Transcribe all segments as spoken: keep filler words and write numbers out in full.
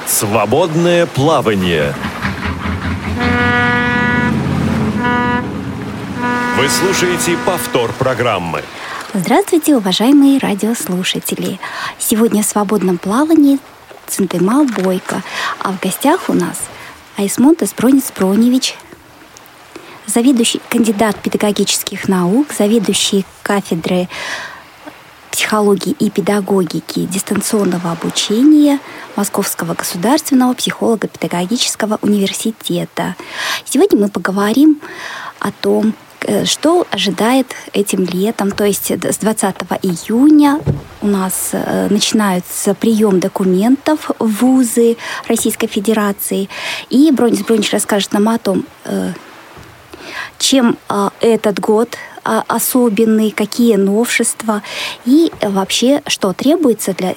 Свободное плавание. Вы слушаете повтор программы. Здравствуйте, уважаемые радиослушатели. Сегодня в свободном плавании Центыма Бойко, а в гостях у нас Аисмонтес Бронис Броневич, заведующий кандидат педагогических наук, заведующий кафедры психологии и педагогики дистанционного обучения Московского государственного психолого-педагогического университета. Сегодня мы поговорим о том, что ожидает этим летом, то есть с двадцатого июня у нас начинается прием документов в вузы Российской Федерации. И Бронис Броневич расскажет нам о том, чем этот год особенный, какие новшества и вообще что требуется для,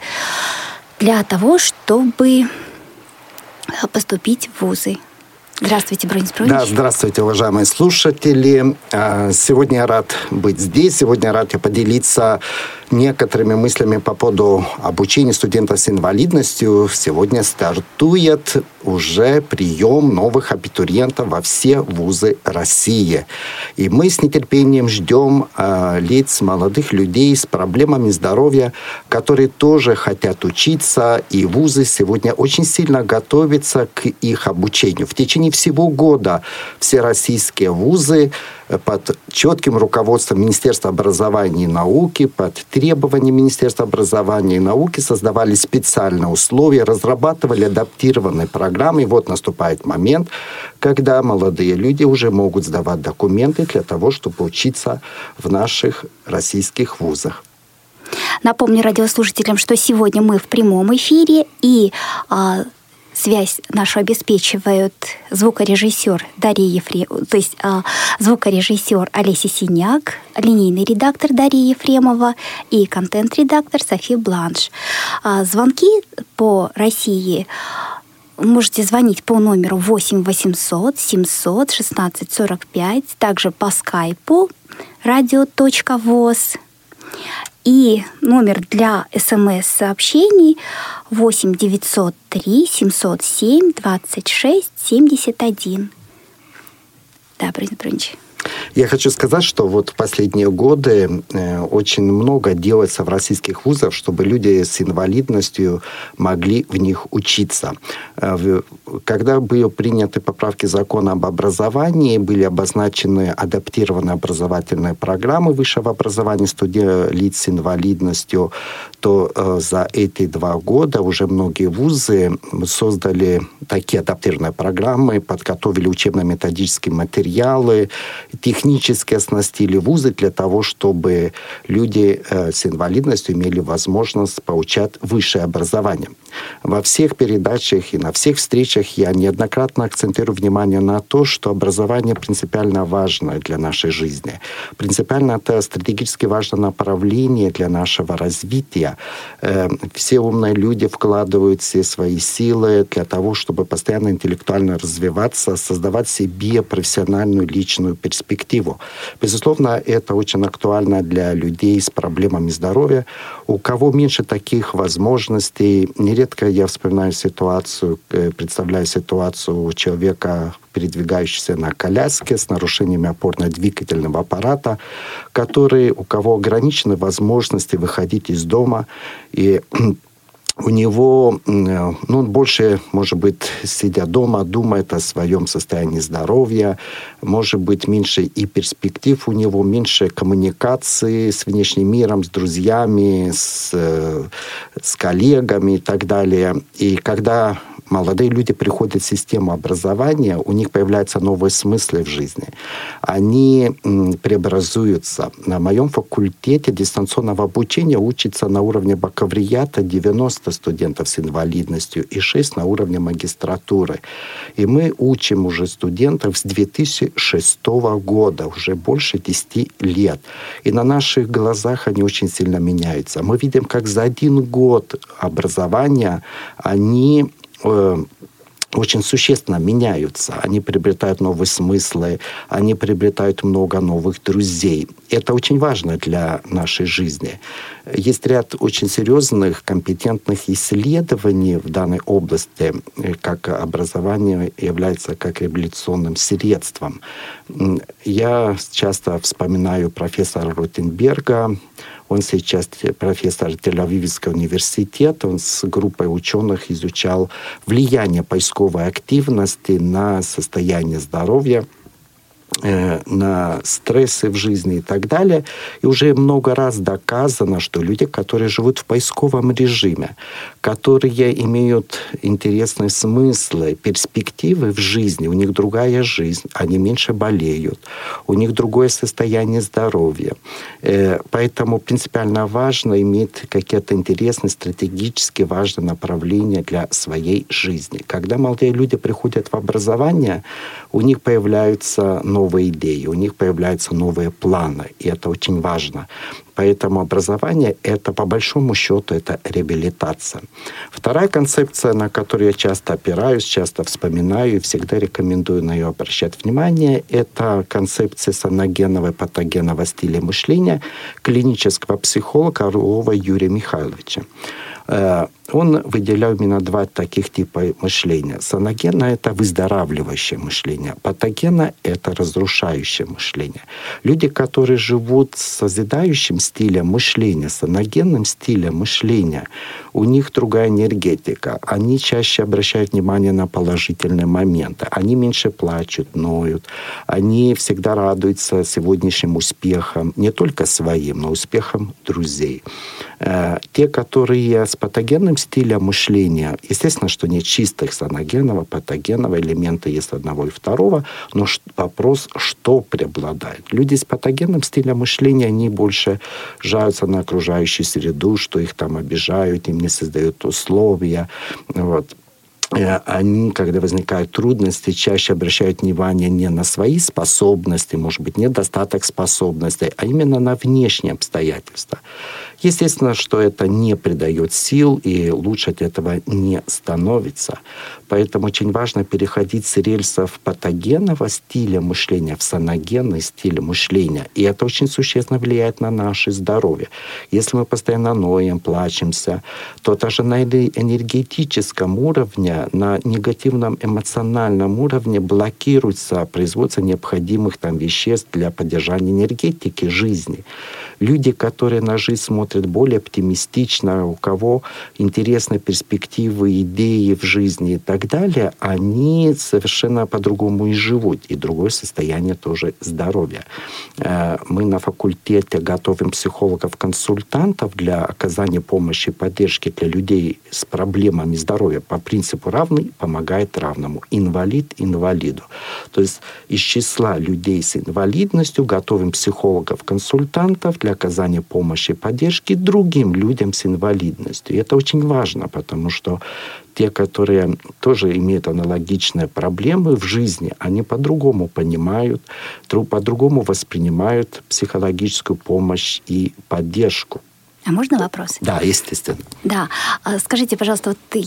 для того, чтобы поступить в вузы. Здравствуйте, Бронис Броневич. Да, здравствуйте, уважаемые слушатели. Сегодня я рад быть здесь. Сегодня я рад поделиться некоторыми мыслями по поводу обучения студентов с инвалидностью. Сегодня стартует уже прием новых абитуриентов во все вузы России. И мы с нетерпением ждем э, лиц молодых людей с проблемами здоровья, которые тоже хотят учиться. И вузы сегодня очень сильно готовятся к их обучению. В течение всего года все российские вузы под четким руководством Министерства образования и науки, под требованиями Министерства образования и науки создавали специальные условия, разрабатывали адаптированные программы. И вот наступает момент, когда молодые люди уже могут сдавать документы для того, чтобы учиться в наших российских вузах. Напомню радиослушателям, что сегодня мы в прямом эфире, и а, связь нашу обеспечивают звукорежиссер Дарья Ефремова, то есть а, звукорежиссер Олеся Синяк, линейный редактор Дарья Ефремова и контент-редактор София Бланш. А, звонки по России можете звонить по номеру восемь восемьсот семьсот шестнадцать сорок пять, также по скайпу radio.voz. И номер для смс-сообщений восемь девятьсот три семьсот семь двадцать шесть семьдесят один. Да, Бронис Броневич. Я хочу сказать, что вот в последние годы очень много делается в российских вузах, чтобы люди с инвалидностью могли в них учиться. Когда были приняты поправки закона об образовании, были обозначены адаптированные образовательные программы высшего образования студентов лиц с инвалидностью, то за эти два года уже многие вузы создали такие адаптированные программы, подготовили учебно-методические материалы, технически оснастили вузы для того, чтобы люди э, с инвалидностью имели возможность получать высшее образование. Во всех передачах и на всех встречах я неоднократно акцентирую внимание на то, что образование принципиально важно для нашей жизни. Принципиально это стратегически важное направление для нашего развития. Э, все умные люди вкладывают все свои силы для того, чтобы постоянно интеллектуально развиваться, создавать себе профессиональную личную перспективу. перспективу. Безусловно, это очень актуально для людей с проблемами здоровья. У кого меньше таких возможностей, нередко я вспоминаю ситуацию, представляю ситуацию у человека, передвигающегося на коляске с нарушениями опорно-двигательного аппарата, который, у кого ограничены возможности выходить из дома, и у него, ну, он больше, может быть, сидя дома, думает о своем состоянии здоровья, может быть, меньше и перспектив у него, меньше коммуникации с внешним миром, с друзьями, с, с коллегами и так далее. И когда молодые люди приходят в систему образования, у них появляются новые смыслы в жизни. Они м, преобразуются. На моем факультете дистанционного обучения учится на уровне бакалавриата девяносто студентов с инвалидностью и шесть на уровне магистратуры. И мы учим уже студентов с две тысячи шестого года, уже больше десяти лет. И на наших глазах они очень сильно меняются. Мы видим, как за один год образования они очень существенно меняются. Они приобретают новые смыслы, они приобретают много новых друзей. Это очень важно для нашей жизни. Есть ряд очень серьезных, компетентных исследований в данной области, как образование является как революционным средством. Я часто вспоминаю профессора Ротенберга. Он сейчас профессор Тель-Авивского университета. Он с группой ученых изучал влияние поисковой активности на состояние здоровья, на стрессы в жизни и так далее. И уже много раз доказано, что люди, которые живут в поисковом режиме, которые имеют интересные смыслы, перспективы в жизни, у них другая жизнь, они меньше болеют, у них другое состояние здоровья. Поэтому принципиально важно иметь какие-то интересные, стратегически важные направления для своей жизни. Когда молодые люди приходят в образование, у них появляются новые идеи, у них появляются новые планы, и это очень важно. Поэтому образование — это, по большому счету, это реабилитация. Вторая концепция, на которую я часто опираюсь, часто вспоминаю и всегда рекомендую на нее обращать внимание, это концепция саногенного и патогенного стиля мышления клинического психолога Орлова Юрия Михайловича. Он выделял именно два таких типа мышления. Саногенно — это выздоравливающее мышление. Патогенно — это разрушающее мышление. Люди, которые живут с созидающим стилем мышления, саногенным стилем мышления, у них другая энергетика. Они чаще обращают внимание на положительные моменты. Они меньше плачут, ноют. Они всегда радуются сегодняшним успехам, не только своим, но успехам друзей. Те, которые с патогенным стилем мышления, естественно, что нет чистых саногенного, патогенного элемента, есть одного и второго, но вопрос, что преобладает. Люди с патогенным стилем мышления, они больше жалуются на окружающую среду, что их там обижают, им не создают условия. Вот. Они, когда возникают трудности, чаще обращают внимание не на свои способности, может быть, недостаток способностей, а именно на внешние обстоятельства. Естественно, что это не придает сил, и лучше от этого не становится. Поэтому очень важно переходить с рельсов патогенного стиля мышления в саногенный стиль мышления. И это очень существенно влияет на наше здоровье. Если мы постоянно ноем, плачемся, то даже на энергетическом уровне, на негативном эмоциональном уровне блокируется производство необходимых там веществ для поддержания энергетики жизни. Люди, которые на жизнь смотрят более оптимистично, у кого интересные перспективы, идеи в жизни и так далее, они совершенно по-другому и живут. И другое состояние тоже здоровья. Мы на факультете готовим психологов-консультантов для оказания помощи и поддержки для людей с проблемами здоровья по принципу «равный помогает равному». Инвалид инвалиду. То есть из числа людей с инвалидностью готовим психологов-консультантов для оказания помощи и поддержки другим людям с инвалидностью. И это очень важно, потому что те, которые тоже имеют аналогичные проблемы в жизни, они по-другому понимают, по-другому воспринимают психологическую помощь и поддержку. А можно вопрос? Да, естественно. Да. Скажите, пожалуйста, вот ты,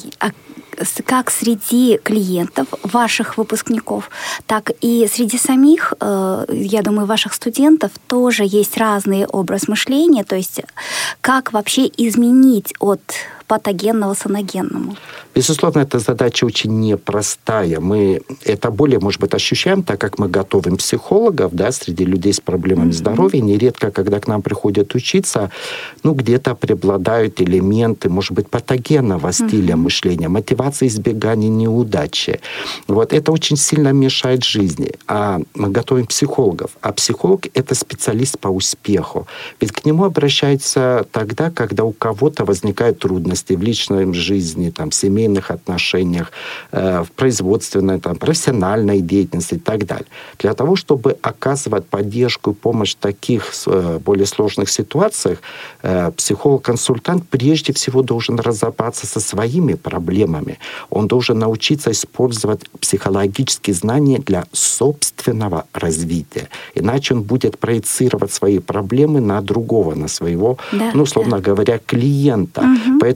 как среди клиентов, ваших выпускников, так и среди самих, я думаю, ваших студентов тоже есть разный образ мышления, то есть как вообще изменить от патогенного саногенному? Безусловно, эта задача очень непростая. Мы это более, может быть, ощущаем, так как мы готовим психологов, да, среди людей с проблемами mm-hmm. здоровья. Нередко, когда к нам приходят учиться, ну, где-то преобладают элементы, может быть, патогенного стиля mm-hmm. мышления, мотивации избегания неудачи. Вот это очень сильно мешает жизни. А мы готовим психологов. А психолог — это специалист по успеху. Ведь к нему обращаются тогда, когда у кого-то возникают трудности в личной жизни, там, в семейных отношениях, э, в производственной, там, профессиональной деятельности и так далее. Для того, чтобы оказывать поддержку и помощь в таких э, более сложных ситуациях, э, психолог-консультант прежде всего должен разобраться со своими проблемами. Он должен научиться использовать психологические знания для собственного развития. Иначе он будет проецировать свои проблемы на другого, на своего, да, ну, условно да. говоря, клиента. Угу. Поэтому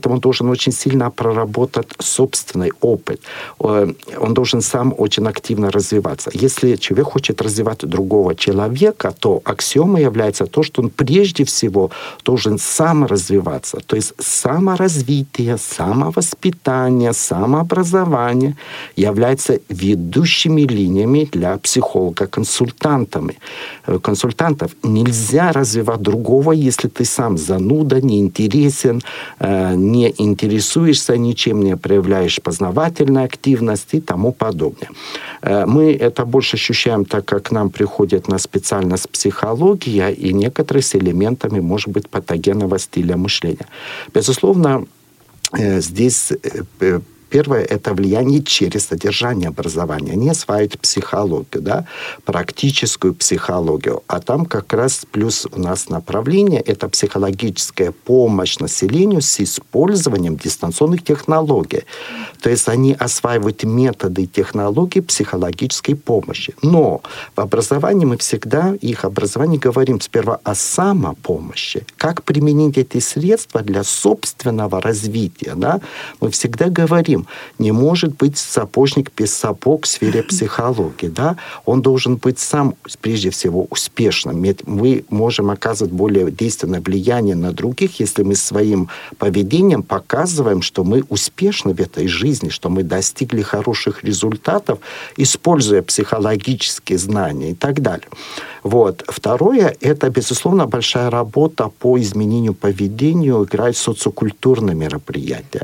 Поэтому он должен очень сильно проработать собственный опыт. Он должен сам очень активно развиваться. Если человек хочет развивать другого человека, то аксиомой является то, что он прежде всего должен сам развиваться. То есть саморазвитие, самовоспитание, самообразование являются ведущими линиями для психолога-консультантами. Консультантов нельзя развивать другого, если ты сам зануда, неинтересен, не интересуешься ничем, не проявляешь познавательной активности и тому подобное. Мы это больше ощущаем, так как к нам приходит на специальность психология и некоторые с элементами, может быть, патогенного стиля мышления. Безусловно, здесь первое – это влияние через содержание образования. Они осваивают психологию, да, практическую психологию. А там как раз плюс у нас направление – это психологическая помощь населению с использованием дистанционных технологий. То есть они осваивают методы и технологии психологической помощи. Но в образовании мы всегда, их образовании, говорим сперва о самопомощи. Как применить эти средства для собственного развития. Да? Мы всегда говорим, не может быть сапожник без сапог в сфере психологии. Да? Он должен быть сам, прежде всего, успешным. Мы можем оказывать более действенное влияние на других, если мы своим поведением показываем, что мы успешны в этой жизни, что мы достигли хороших результатов, используя психологические знания и так далее. Вот. Второе, это, безусловно, большая работа по изменению поведения, играют социокультурные мероприятия.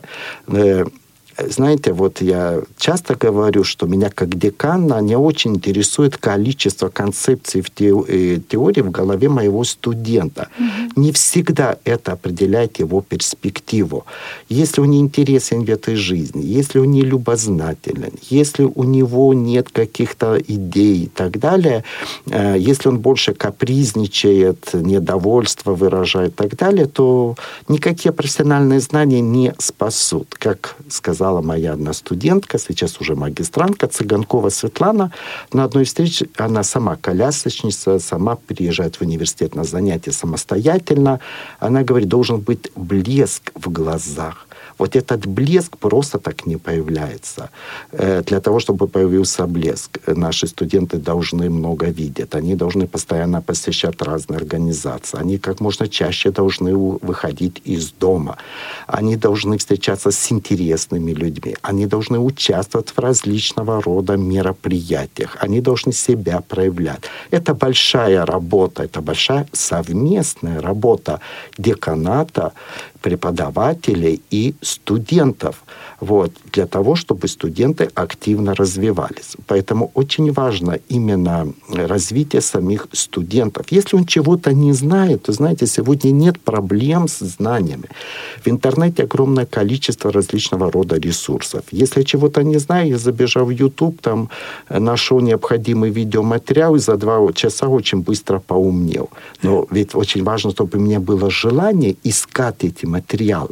Знаете, вот я часто говорю, что меня как декана не очень интересует количество концепций в теории в голове моего студента. Mm-hmm. Не всегда это определяет его перспективу. Если он не интересен в этой жизни, если он не любознателен, если у него нет каких-то идей и так далее, если он больше капризничает, недовольство выражает и так далее, то никакие профессиональные знания не спасут. Как сказала моя одна студентка, сейчас уже магистрантка, Цыганкова Светлана, на одной встрече, она сама колясочница, сама приезжает в университет на занятия самостоятельно. Она говорит, должен быть блеск в глазах. Вот этот блеск просто так не появляется. Для того, чтобы появился блеск, наши студенты должны много видеть. Они должны постоянно посещать разные организации. Они как можно чаще должны выходить из дома. Они должны встречаться с интересными людьми. Они должны участвовать в различного рода мероприятиях. Они должны себя проявлять. Это большая работа, это большая совместная работа деканата, преподавателей и студентов. Вот, для того, чтобы студенты активно развивались. Поэтому очень важно именно развитие самих студентов. Если он чего-то не знает, то, знаете, сегодня нет проблем с знаниями. В интернете огромное количество различного рода ресурсов. Если я чего-то не знаю, я забежал в YouTube, там нашел необходимый видеоматериал и за два часа очень быстро поумнел. Но ведь очень важно, чтобы у меня было желание искать эти материалы.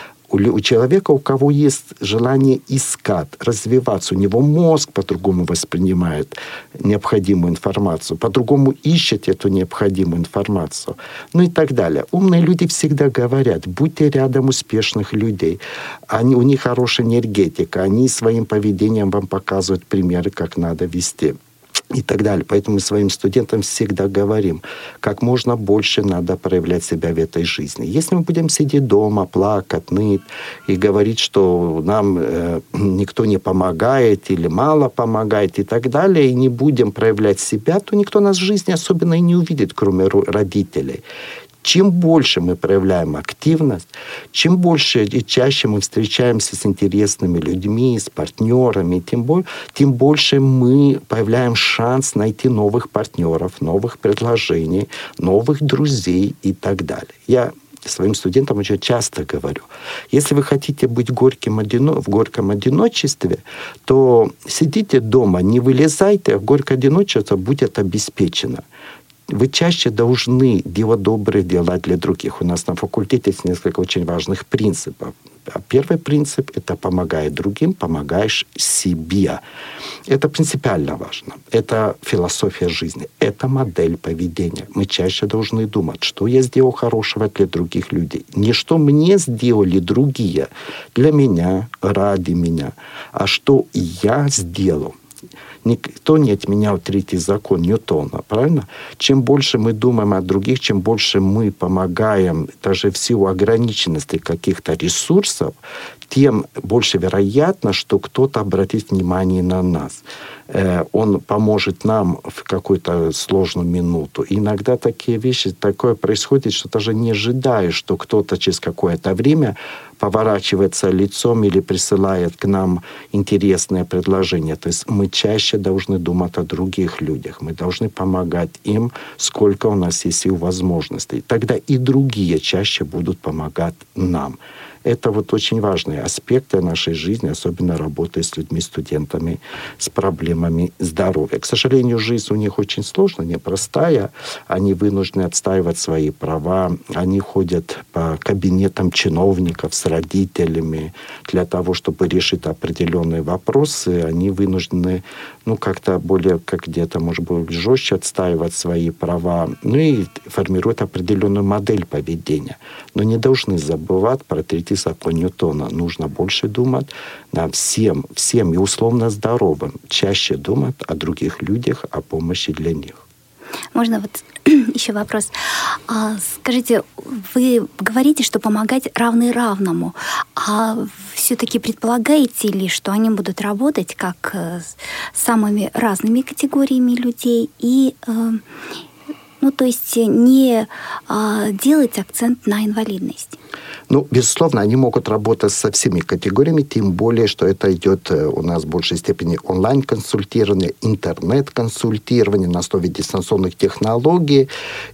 У человека, у кого есть желание искать, развиваться, у него мозг по-другому воспринимает необходимую информацию, по-другому ищет эту необходимую информацию, ну и так далее. Умные люди всегда говорят, будьте рядом успешных людей. Они, у них хорошая энергетика, они своим поведением вам показывают примеры, как надо вести. И так далее. Поэтому мы своим студентам всегда говорим, как можно больше надо проявлять себя в этой жизни. Если мы будем сидеть дома, плакать, ныть и говорить, что нам э, никто не помогает или мало помогает и так далее, и не будем проявлять себя, то никто нас в жизни особенно и не увидит, кроме родителей. Чем больше мы проявляем активность, чем больше и чаще мы встречаемся с интересными людьми, с партнерами, тем, более, тем больше мы появляем шанс найти новых партнеров, новых предложений, новых друзей и так далее. Я своим студентам очень часто говорю, если вы хотите быть горьким одино... в горьком одиночестве, то сидите дома, не вылезайте, а горькое одиночество будет обеспечено. вы чаще должны делать добрые дела для других. У нас на факультете есть несколько очень важных принципов. Первый принцип – это помогай другим, помогаешь себе. Это принципиально важно. Это философия жизни. Это модель поведения. Мы чаще должны думать, что я сделал хорошего для других людей. Не что мне сделали другие для меня, ради меня, а что я сделал. Никто не отменял третий закон Ньютона, правильно? Чем больше мы думаем о других, чем больше мы помогаем, даже в силу ограниченности каких-то ресурсов, тем больше вероятно, что кто-то обратит внимание на нас. Он поможет нам в какую-то сложную минуту. И иногда такие вещи, такое происходит, что даже не ожидаешь, что кто-то через какое-то время поворачивается лицом или присылает к нам интересное предложение. То есть мы чаще должны думать о других людях. Мы должны помогать им, сколько у нас есть сил, возможностей. Тогда и другие чаще будут помогать нам. Это вот очень важные аспекты нашей жизни, особенно работы с людьми, студентами с проблемами здоровья. К сожалению, жизнь у них очень сложная, непростая. Они вынуждены отстаивать свои права. Они ходят по кабинетам чиновников с родителями для того, чтобы решить определенные вопросы. Они вынуждены, ну, как-то более, как где-то, может быть, жестче отстаивать свои права. Ну и формируют определенную модель поведения. Но не должны забывать про третий закон Ньютона. Нужно больше думать нам всем, всем и условно здоровым. Чаще думать о других людях, о помощи для них. Можно вот еще вопрос. А, скажите, вы говорите, что помогать равный равному, а все-таки предполагаете ли, что они будут работать как с самыми разными категориями людей и, ну, то есть не делать акцент на инвалидность? Ну, безусловно, они могут работать со всеми категориями, тем более, что это идет у нас в большей степени онлайн-консультирование, интернет-консультирование на основе дистанционных технологий,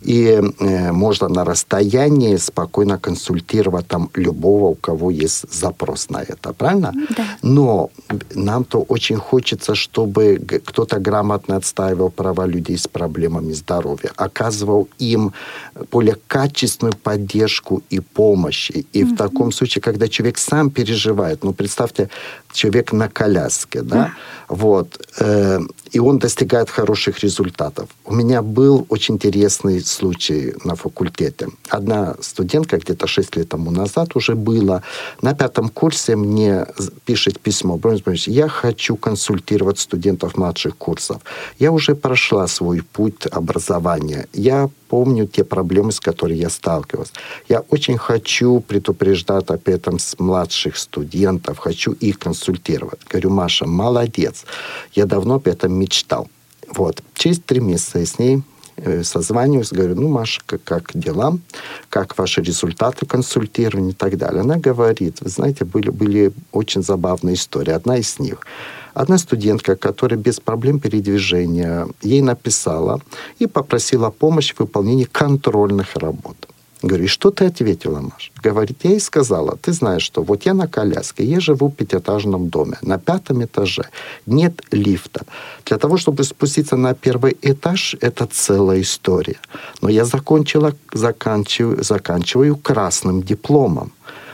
и э, можно на расстоянии спокойно консультировать там любого, у кого есть запрос на это, правильно? Да. Но нам-то очень хочется, чтобы кто-то грамотно отстаивал права людей с проблемами здоровья, оказывал им более качественную поддержку и помощь. И mm-hmm. в таком случае, когда человек сам переживает, ну, представьте, человек на коляске, да, mm-hmm. вот, э, и он достигает хороших результатов. У меня был очень интересный случай на факультете. Одна студентка где-то шесть лет тому назад уже была, на пятом курсе мне пишет письмо: Бронис Борисович, я хочу консультировать студентов младших курсов. Я уже прошла свой путь образования. Я помню те проблемы, с которыми я сталкивалась. Я очень хочу предупреждать об этом с младших студентов, хочу их консультировать. Говорю: Маша, молодец. Я давно об этом мечтал. Вот. Через три месяца я с ней созваниваюсь, говорю: ну, Маша, как, как дела? Как ваши результаты консультирования и так далее? Она говорит: вы знаете, были, были очень забавные истории. Одна из них. Одна студентка, которая без проблем передвижения, ей написала и попросила помощи в выполнении контрольных работ. Говорю: и что ты ответила, Маша? Говорит: я ей сказала: ты знаешь что, вот я на коляске, я живу в пятиэтажном доме, на пятом этаже, нет лифта. Для того, чтобы спуститься на первый этаж, это целая история. Но я закончила, заканчиваю, заканчиваю красным дипломом.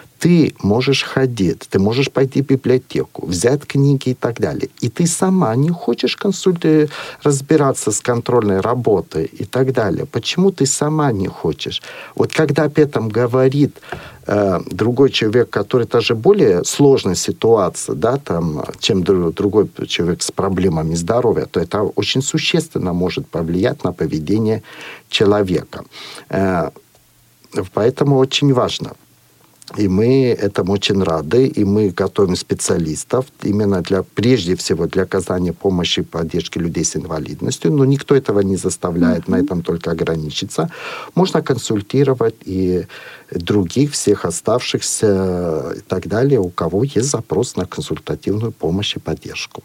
Ты можешь ходить, ты можешь пойти в библиотеку, взять книги и так далее. И ты сама не хочешь консульти... разбираться с контрольной работой и так далее. Почему ты сама не хочешь? Вот когда об этом говорит э, другой человек, который даже более сложная ситуация, да, там, чем другой человек с проблемами здоровья, то это очень существенно может повлиять на поведение человека. Э, поэтому очень важно. И мы этому очень рады, и мы готовим специалистов именно для, прежде всего для оказания помощи и поддержки людей с инвалидностью, но никто этого не заставляет, mm-hmm. на этом только ограничиться. Можно консультировать и других, всех оставшихся и так далее, у кого есть запрос на консультативную помощь и поддержку.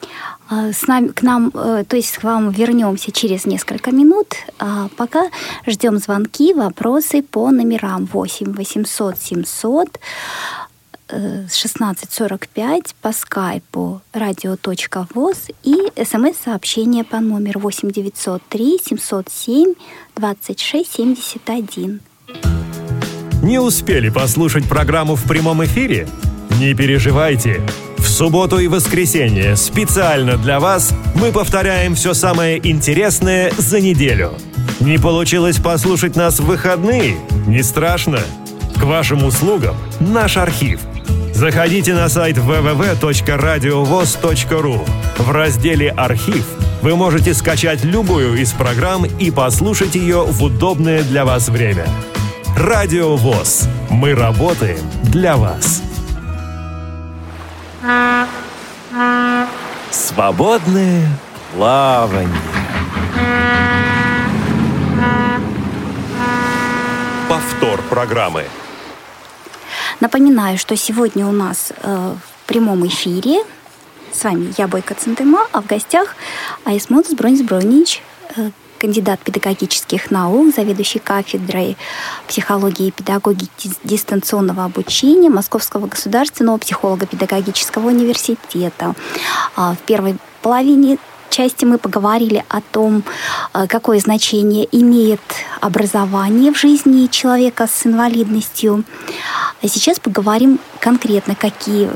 С нами, к нам, то есть к вам вернемся через несколько минут. А пока ждем звонки, вопросы по номерам восемь восемьсот семьсот шестнадцать сорок пять, по скайпу радио.воз и смс-сообщение по номеру восемь девятьсот три семьсот семь двадцать шесть семьдесят один. Не успели послушать программу в прямом эфире? Не переживайте. В субботу и воскресенье специально для вас мы повторяем все самое интересное за неделю. Не получилось послушать нас в выходные? Не страшно. К вашим услугам наш архив. Заходите на сайт дабл ю дабл ю дабл ю точка радиовоз точка ру. В разделе «Архив» вы можете скачать любую из программ и послушать ее в удобное для вас время. Радио ВОС. Мы работаем для вас. Свободное плавание. Повтор программы. Напоминаю, что сегодня у нас э, в прямом эфире с вами я, Бойко Центыма, а в гостях Айсмонтес Бронис Бронич, э, кандидат педагогических наук, заведующий кафедрой психологии и педагогики дистанционного обучения Московского государственного психолого-педагогического университета. В первой половине части мы поговорили о том, какое значение имеет образование в жизни человека с инвалидностью. А сейчас поговорим конкретно, какие,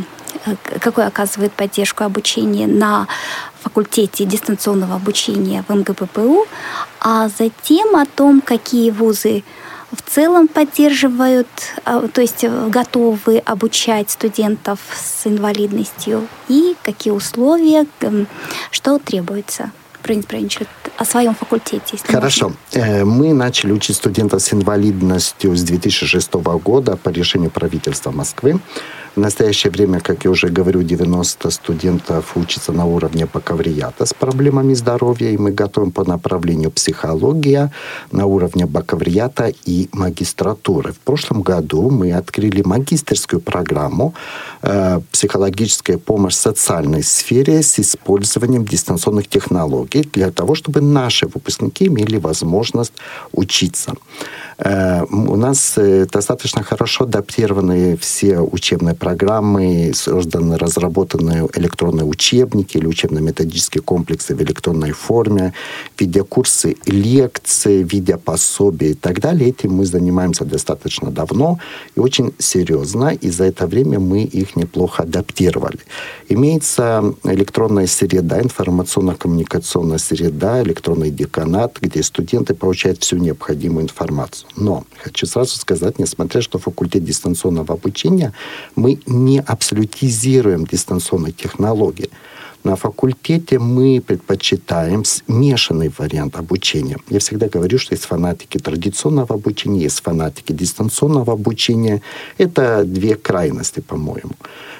какую оказывает поддержку обучения на факультете дистанционного обучения в эм гэ пэ пэ у, а затем о том, какие вузы в целом поддерживают, то есть готовы обучать студентов с инвалидностью и какие условия, что требуется. Бронис Бронич, о своем факультете. Хорошо. Можно. Мы начали учить студентов с инвалидностью с две тысячи шестого года по решению правительства Москвы. В настоящее время, как я уже говорю, девяносто студентов учатся на уровне бакалавриата с проблемами здоровья, и мы готовим по направлению психология на уровне бакалавриата и магистратуры. В прошлом году мы открыли магистерскую программу э, «Психологическая помощь в социальной сфере с использованием дистанционных технологий» для того, чтобы наши выпускники имели возможность учиться. Э, у нас э, достаточно хорошо адаптированы все учебные программы, созданы, разработаны электронные учебники или учебно-методические комплексы в электронной форме, видеокурсы, лекции, видеопособия и так далее. Этим мы занимаемся достаточно давно и очень серьезно, и за это время мы их неплохо адаптировали. Имеется электронная среда, информационно-коммуникационная среда, электронный деканат, где студенты получают всю необходимую информацию. Но хочу сразу сказать, несмотря что факультет дистанционного обучения, мы не абсолютизируем дистанционные технологии. На факультете мы предпочитаем смешанный вариант обучения. Я всегда говорю, что есть фанатики традиционного обучения, есть фанатики дистанционного обучения. Это две крайности, по-моему.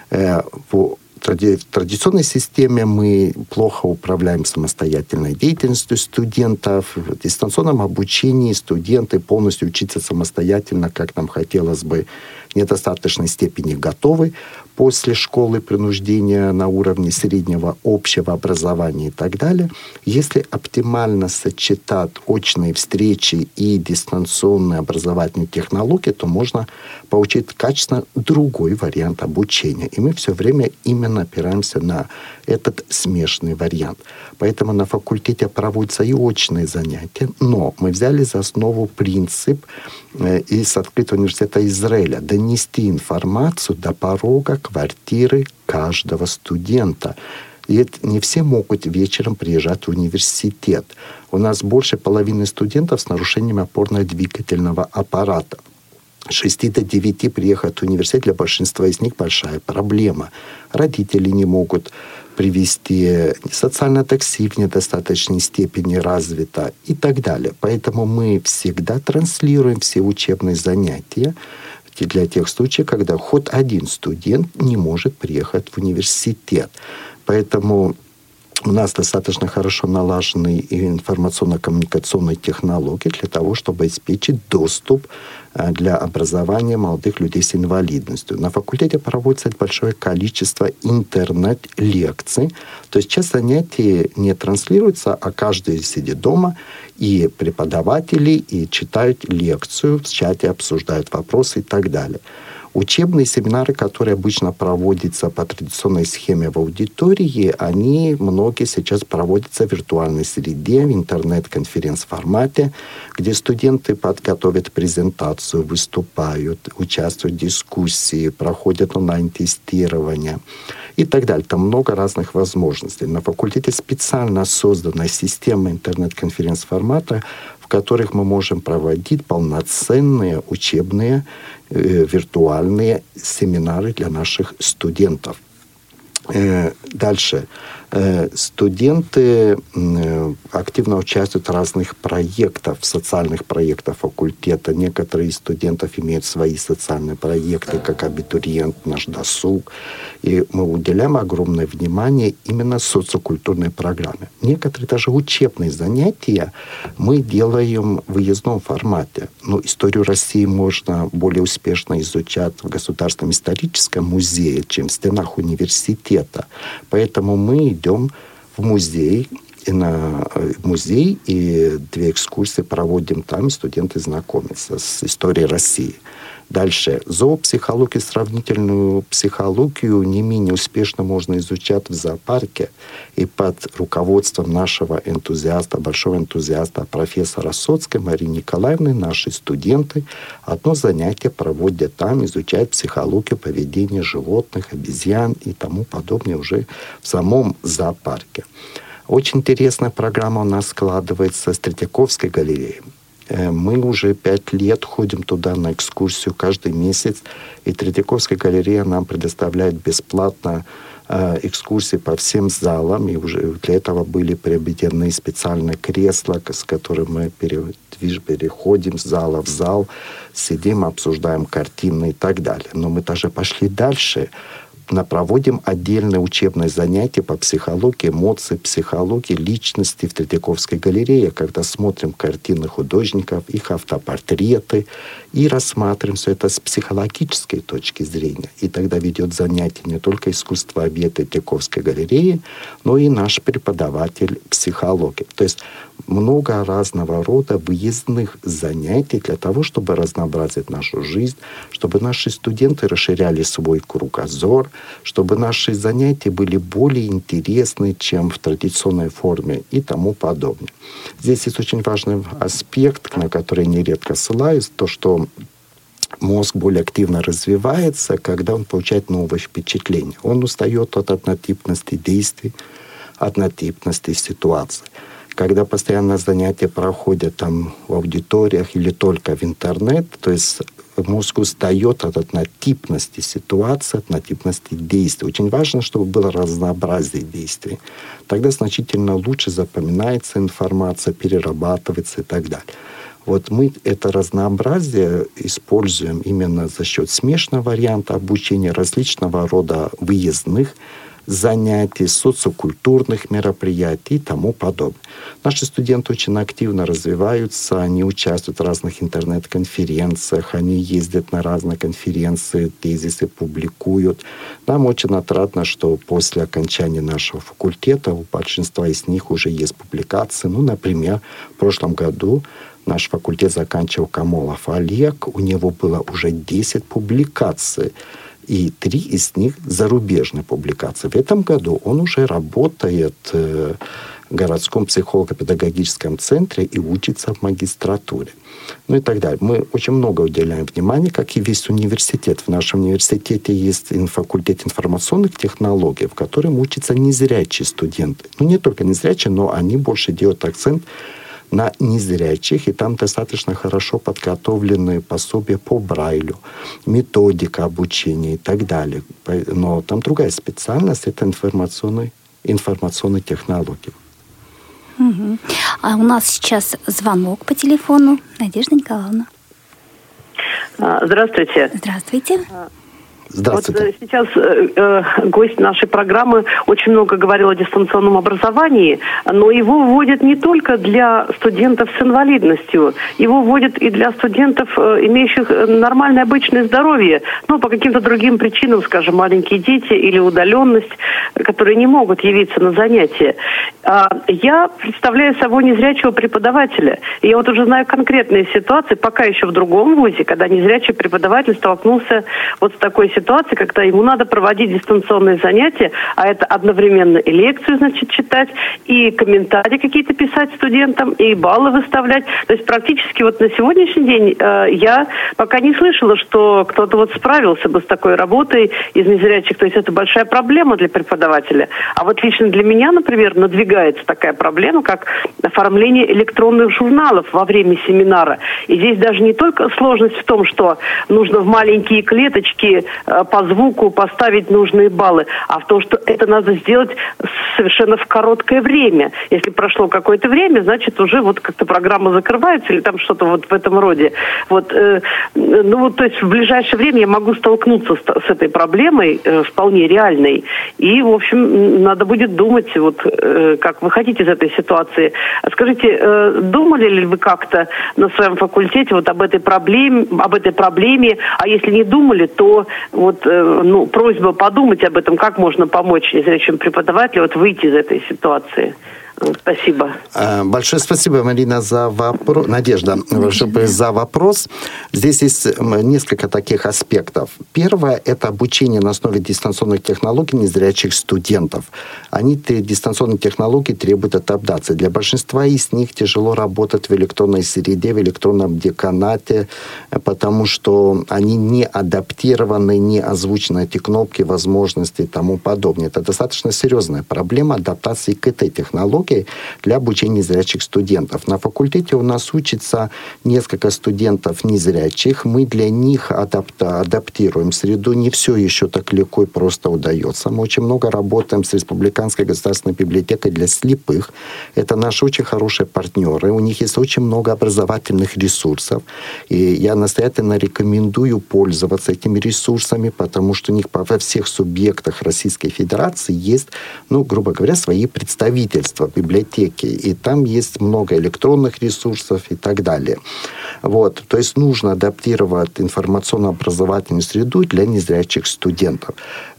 В традиционной системе мы плохо управляем самостоятельной деятельностью студентов. В дистанционном обучении студенты полностью учатся самостоятельно, как нам хотелось бы, в недостаточной степени готовы после школы принуждения на уровне среднего общего образования и так далее. Если оптимально сочетать очные встречи и дистанционные образовательные технологии, то можно получить качественно другой вариант обучения. И мы все время именно опираемся на этот смешанный вариант. Поэтому на факультете проводятся и очные занятия, но мы взяли за основу принцип из открытого университета Израиля донести информацию до порога квартиры каждого студента. И не все могут вечером приезжать в университет. У нас больше половины студентов с нарушением опорно-двигательного аппарата. С шести до девяти приехать в университет для большинства из них большая проблема. Родители не могут привести, социальное такси в недостаточной степени развито и так далее. Поэтому мы всегда транслируем все учебные занятия для тех случаев, когда хоть один студент не может приехать в университет. Поэтому у нас достаточно хорошо налажены информационно-коммуникационные технологии для того, чтобы обеспечить доступ для образования молодых людей с инвалидностью. На факультете проводится большое количество интернет-лекций. То есть часть занятий не транслируется, а каждый сидит дома, и преподаватели и читают лекцию, в чате обсуждают вопросы и так далее. Учебные семинары, которые обычно проводятся по традиционной схеме в аудитории, они многие сейчас проводятся в виртуальной среде, в интернет-конференц-формате, где студенты подготовят презентацию, выступают, участвуют в дискуссии, проходят онлайн-тестирование и так далее. Там много разных возможностей. На факультете специально создана система интернет-конференц-формата, в которых мы можем проводить полноценные учебные э, виртуальные семинары для наших студентов. Э, дальше. Э, студенты э, активно участвуют в разных проектах, социальных проектах факультета. Некоторые из студентов имеют свои социальные проекты, как абитуриент, наш досуг. И мы уделяем огромное внимание именно социокультурной программе. Некоторые даже учебные занятия мы делаем в выездном формате. Но историю России можно более успешно изучать в Государственном историческом музее, чем в стенах университета. Поэтому мы идем в музей, и на музей, и две экскурсии проводим там, и студенты знакомятся с историей России. Дальше. Зоопсихологию, сравнительную психологию не менее успешно можно изучать в зоопарке. И под руководством нашего энтузиаста, большого энтузиаста, профессора Соцкой Марии Николаевны, наши студенты одно занятие проводят там, изучают психологию поведения животных, обезьян и тому подобное уже в самом зоопарке. Очень интересная программа у нас складывается с Третьяковской галереей. Мы уже пять лет ходим туда на экскурсию каждый месяц, и Третьяковская галерея нам предоставляет бесплатно э, экскурсии по всем залам, и уже для этого были приобретены специальные кресла, с которыми мы переходим с зала в зал, сидим, обсуждаем картины и так далее. Но мы даже пошли дальше. Проводим отдельное учебное занятие по психологии, эмоции, психологии, личности в Третьяковской галерее, когда смотрим картины художников, их автопортреты и рассматриваем все это с психологической точки зрения. И тогда ведет занятие не только искусствовед Третьяковской галереи, но и наш преподаватель психологии. То есть много разного рода выездных занятий для того, чтобы разнообразить нашу жизнь, чтобы наши студенты расширяли свой кругозор, чтобы наши занятия были более интересны, чем в традиционной форме и тому подобное. Здесь есть очень важный аспект, на который я нередко ссылаюсь, то, что мозг более активно развивается, когда он получает новые впечатления. Он устает от однотипности действий, однотипности ситуаций. Когда постоянно занятия проходят там в аудиториях или только в интернет, то есть мозг устает от однотипности ситуации, однотипности действий. Очень важно, чтобы было разнообразие действий. Тогда значительно лучше запоминается информация, перерабатывается и так далее. Вот мы это разнообразие используем именно за счет смешанного варианта обучения, различного рода выездных занятий, социокультурных мероприятий и тому подобное. Наши студенты очень активно развиваются, они участвуют в разных интернет-конференциях, они ездят на разные конференции, тезисы публикуют. Нам очень отрадно, что после окончания нашего факультета у большинства из них уже есть публикации. Ну, например, в прошлом году наш факультет заканчивал Камолов Олег, у него было уже десять публикаций, и три из них зарубежные публикации. В этом году он уже работает в городском психолого-педагогическом центре и учится в магистратуре. Ну и так далее. Мы очень много уделяем внимания, как и весь университет. В нашем университете есть факультет информационных технологий, в котором учатся незрячие студенты. Ну, не только незрячие, но они больше делают акцент на незрячих, и там достаточно хорошо подготовлены пособия по Брайлю, методика обучения и так далее. Но там другая специальность — это информационные, информационные технологии. Угу. А у нас сейчас звонок по телефону. Надежда Николаевна. Здравствуйте. Здравствуйте. Здравствуйте. Вот сейчас э, гость нашей программы очень много говорил о дистанционном образовании, но его вводят не только для студентов с инвалидностью, его вводят и для студентов, э, имеющих нормальное обычное здоровье, ну, по каким-то другим причинам, скажем, маленькие дети или удаленность, которые не могут явиться на занятия. А я представляю собой незрячего преподавателя, и я вот уже знаю конкретные ситуации, пока еще в другом вузе, когда незрячий преподаватель столкнулся вот с такой ситуацией, когда ему надо проводить дистанционные занятия, а это одновременно и лекцию, значит, читать, и комментарии какие-то писать студентам, и баллы выставлять. То есть практически вот на сегодняшний день э, я пока не слышала, что кто-то вот справился бы с такой работой из незрячих. То есть это большая проблема для преподавателя. А вот лично для меня, например, надвигается такая проблема, как оформление электронных журналов во время семинара. И здесь даже не только сложность в том, что нужно в маленькие клеточки э, по звуку поставить нужные баллы, а в том, что это надо сделать совершенно в короткое время. Если прошло какое-то время, значит, уже вот как-то программа закрывается или там что-то вот в этом роде. Вот, э, ну вот, то есть в ближайшее время я могу столкнуться с, с этой проблемой, э, вполне реальной. И, в общем, надо будет думать, вот, э, как выходить из этой ситуации. Скажите, э, думали ли вы как-то на своем факультете вот об этой проблеме, об этой проблеме, а если не думали, то вот, э, ну, просьба подумать об этом, как можно помочь незрячим преподавателю вот выйти из этой ситуации. Спасибо. Большое спасибо, Марина, за вопрос. Надежда, Надежда. за вопрос. Здесь есть несколько таких аспектов. Первое – это обучение на основе дистанционных технологий незрячих студентов. Они, дистанционные технологии, требуют адаптации. Для большинства из них тяжело работать в электронной среде, в электронном деканате, потому что они не адаптированы, не озвучены эти кнопки, возможности и тому подобное. Это достаточно серьезная проблема адаптации к этой технологии для обучения незрячих студентов. На факультете у нас учится несколько студентов незрячих. Мы для них адапта- адаптируем среду. Не все еще так легко и просто удается. Мы очень много работаем с Республиканской государственной библиотекой для слепых. Это наши очень хорошие партнеры. У них есть очень много образовательных ресурсов. И я настоятельно рекомендую пользоваться этими ресурсами, потому что у них во всех субъектах Российской Федерации есть, ну, грубо говоря, свои представительства, библиотеки, и там есть много электронных ресурсов и так далее. Вот. То есть нужно адаптировать информационно-образовательную среду для незрячих студентов.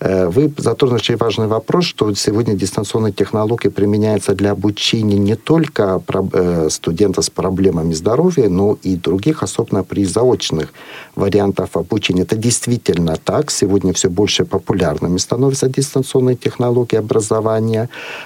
Вы затронули очень важный вопрос, что сегодня дистанционные технологии применяются для обучения не только студентов с проблемами здоровья, но и других, особенно при заочных вариантах обучения. Это действительно так. Сегодня все больше популярными становятся дистанционные технологии образования.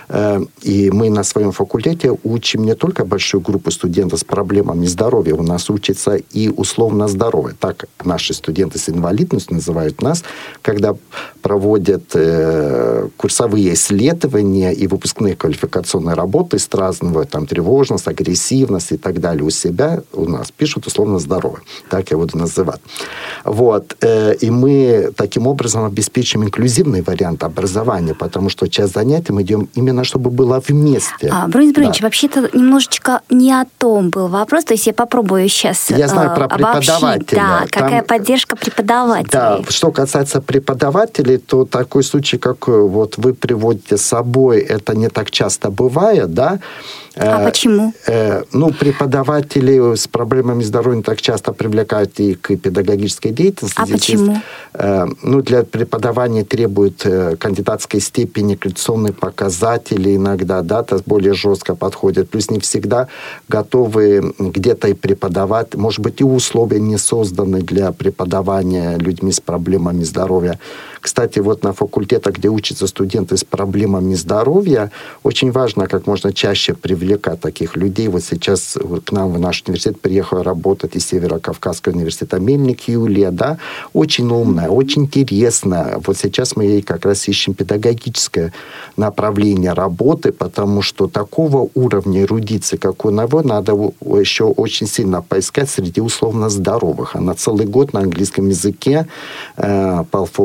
И мы на своем факультете учим не только большую группу студентов с проблемами здоровья, у нас учатся и условно здоровые. Так наши студенты с инвалидностью называют нас, когда проводят э, курсовые исследования и выпускные квалификационные работы, сравнивают там тревожность, агрессивность и так далее у себя, у нас пишут условно здоровые. Так я буду называть. Вот. Э, и мы таким образом обеспечим инклюзивный вариант образования, потому что часть занятий мы идем именно, чтобы было вместе. А, Бронис Бронич, да. Вообще-то немножечко не о том был вопрос, то есть я попробую сейчас Я знаю э, про преподавателя. Да, Там, какая поддержка преподавателей. Да, что касается преподавателей, то такой случай, как вот вы приводите с собой, это не так часто бывает, да? А э, почему? Э, ну, преподаватели с проблемами здоровья не так часто привлекают и к педагогической деятельности. А Здесь почему? Есть, э, ну, для преподавания требуют э, кандидатской степени, аккредитационные показатели иногда, да, то более жестко подходят. Плюс не всегда готовы где-то и преподавать. Может быть, и условия не созданы для преподавания людьми с проблемами здоровья. Кстати, вот на факультетах, где учатся студенты с проблемами здоровья, очень важно как можно чаще привлекать таких людей. Вот сейчас к нам в наш университет приехала работать из Северо-Кавказского университета Мельник Юлия, да, очень умная, очень интересная. Вот сейчас мы ей как раз ищем педагогическое направление работы, потому что такого уровня эрудиции, как у него, надо еще очень сильно поискать среди условно здоровых. Она целый год на английском языке э, по Фулбрайту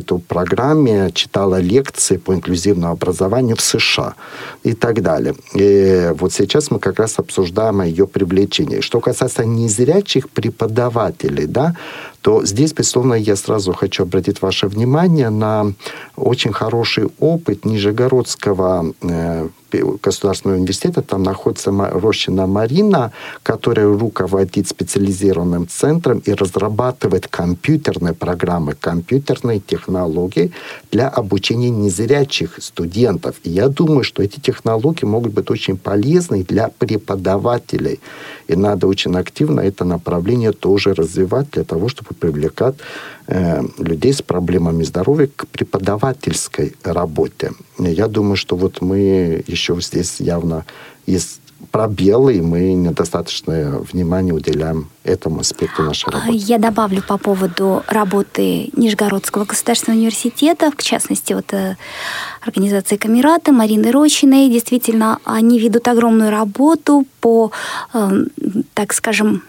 эту программе, читала лекции по инклюзивному образованию в США и так далее. И вот сейчас мы как раз обсуждаем ее привлечение. Что касается незрячих преподавателей, да, то здесь, безусловно, я сразу хочу обратить ваше внимание на очень хороший опыт Нижегородского э, государственного университета. Там находится Рощина Марина, которая руководит специализированным центром и разрабатывает компьютерные программы, компьютерные технологии для обучения незрячих студентов. И я думаю, что эти технологии могут быть очень полезны для преподавателей. И надо очень активно это направление тоже развивать для того, чтобы привлекать э, людей с проблемами здоровья к преподавательской работе. Я думаю, что вот мы еще здесь явно есть пробелы, и мы недостаточное внимание уделяем этому аспекту нашей работы. Я добавлю по поводу работы Нижегородского государственного университета, в частности, вот организации Камерата, Марины Рощиной. Действительно, они ведут огромную работу по, так скажем,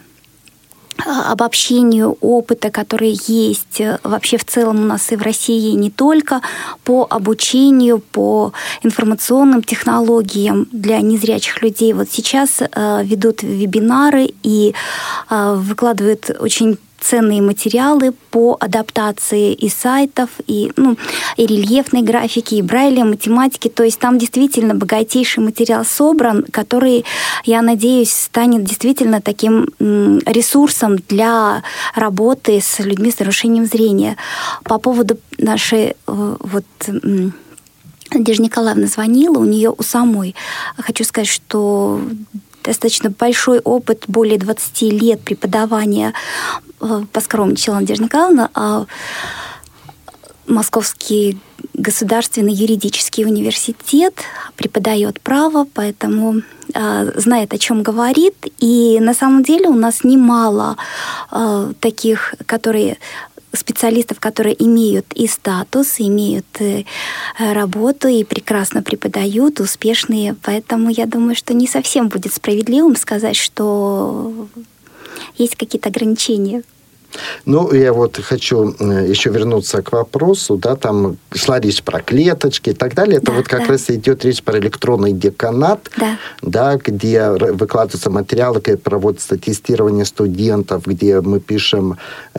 обобщению опыта, который есть вообще в целом у нас и в России, и не только, по обучению, по информационным технологиям для незрячих людей. Вот сейчас э, ведут вебинары и э, выкладывают очень ценные материалы по адаптации и сайтов, и, ну, и рельефной графики, и брайля, математики. То есть там действительно богатейший материал собран, который, я надеюсь, станет действительно таким ресурсом для работы с людьми с нарушением зрения. По поводу нашей вот Надежда Николаевна звонила, у нее у самой, хочу сказать, что достаточно большой опыт, более двадцать лет преподавания. Поскором начала Надежда Николаевна, а Московский государственный юридический университет преподает право, поэтому э, знает, о чем говорит. И на самом деле у нас немало э, таких, которые специалистов, которые имеют и статус, имеют и работу, и прекрасно преподают, успешные. Поэтому я думаю, что не совсем будет справедливым сказать, что есть какие-то ограничения. Ну, я вот хочу еще вернуться к вопросу, да, там шла речь про клеточки и так далее. Это да, вот как да. раз идет речь про электронный деканат, да. Да, где выкладываются материалы, где проводится тестирование студентов, где мы пишем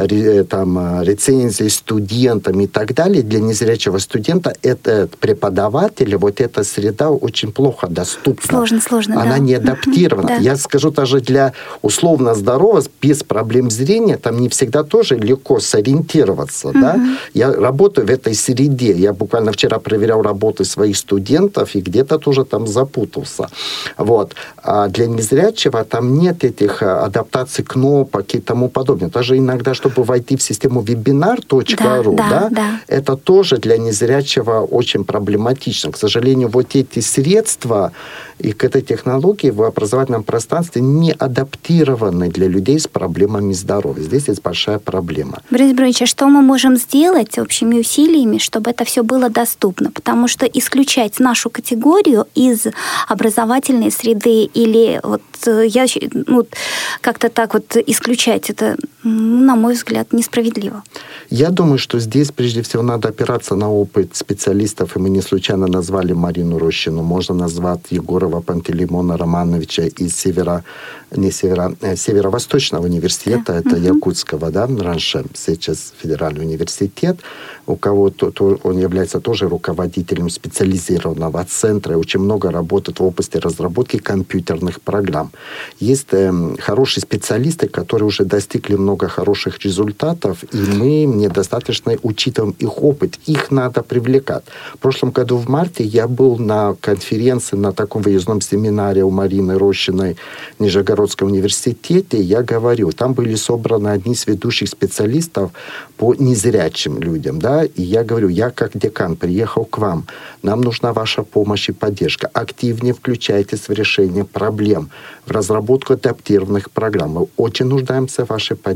там рецензии студентам и так далее. Для незрячего студента это преподаватель, вот эта среда очень плохо доступна. Сложно, сложно, Она да. не адаптирована. Да. Я скажу, даже для условно здорового, без проблем зрения, там не все всегда тоже легко сориентироваться. Mm-hmm. Да? Я работаю в этой среде. Я буквально вчера проверял работы своих студентов и где-то тоже там запутался. Вот. А для незрячего там нет этих адаптаций кнопок и тому подобное. Даже иногда, чтобы войти в систему вебинар точка ру, да, да, да, да. это тоже для незрячего очень проблематично. К сожалению, вот эти средства и к этой технологии в образовательном пространстве не адаптированы для людей с проблемами здоровья. Здесь есть большая проблема. Борис Борисович, а что мы можем сделать общими усилиями, чтобы это все было доступно? Потому что исключать нашу категорию из образовательной среды или вот я ну, как-то так вот исключать, это, на мой взгляд, несправедливо. Я думаю, что здесь прежде всего надо опираться на опыт специалистов, и мы не случайно назвали Марину Рощину, можно назвать Егорова Пантелеймона Романовича из севера, не севера, северо-восточного университета, да. это uh-huh. Якутского, да, раньше, сейчас федеральный университет, у кого то, то он является тоже руководителем специализированного центра, и очень много работает в области разработки компьютерных программ. Есть э, хорошие специалисты, которые уже достигли много хороших результатов, и мы недостаточно учитываем их опыт. Их надо привлекать. В прошлом году в марте я был на конференции, на таком выездном семинаре у Марины Рощиной в Нижегородском университете. Я говорю, там были собраны одни из ведущих специалистов по незрячим людям. Да? И я говорю, я как декан приехал к вам. Нам нужна ваша помощь и поддержка. Активнее включайтесь в решение проблем, в разработку адаптированных программ. Мы очень нуждаемся в вашей поддержке.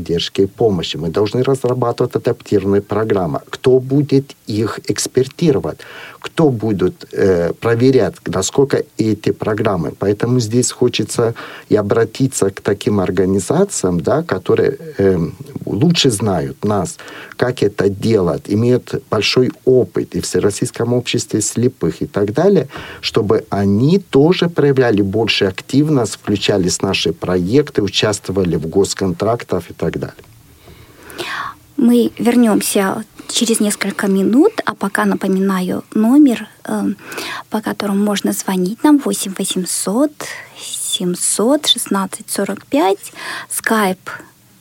поддержки и помощи. Мы должны разрабатывать адаптированные программы. Кто будет их экспертировать? Кто будет э, проверять, насколько эти программы? Поэтому здесь хочется и обратиться к таким организациям, да, которые э, лучше знают нас, как это делать, имеют большой опыт и в Всероссийском обществе слепых и так далее, чтобы они тоже проявляли больше активность, включались в наши проекты, участвовали в госконтрактах и так далее. Мы вернемся через несколько минут, а пока напоминаю номер, э, по которому можно звонить нам восемь восемьсот семьсот шестнадцать сорок пять, skype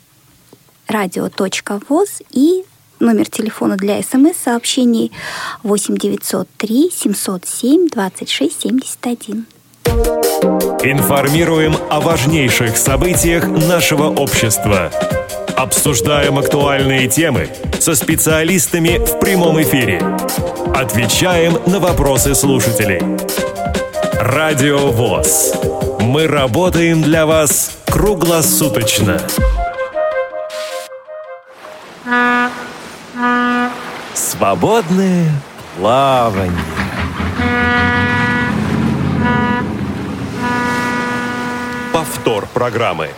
radio.voz и номер телефона для смс-сообщений восемь девятьсот три семьсот семь двадцать шесть семьдесят один. Информируем о важнейших событиях нашего общества. Обсуждаем актуальные темы со специалистами в прямом эфире. Отвечаем на вопросы слушателей. Радио ВОС. Мы работаем для вас круглосуточно. Свободное плавание. Повтор программы.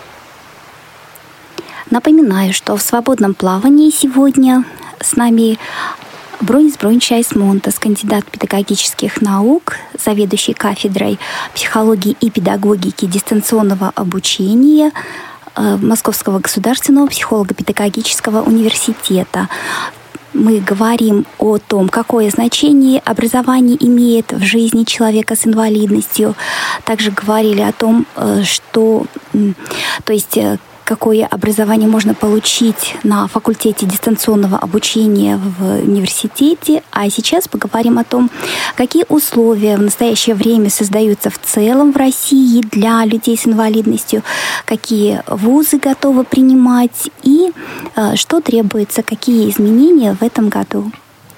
Напоминаю, что в свободном плавании сегодня с нами Бронис Бронич Айсмонтес, кандидат педагогических наук, заведующий кафедрой психологии и педагогики дистанционного обучения Московского государственного психолого-педагогического университета. Мы говорим о том, какое значение образование имеет в жизни человека с инвалидностью. Также говорили о том, что, то есть, какое образование можно получить на факультете дистанционного обучения в университете. А сейчас поговорим о том, какие условия в настоящее время создаются в целом в России для людей с инвалидностью, какие вузы готовы принимать и э, что требуется, какие изменения в этом году.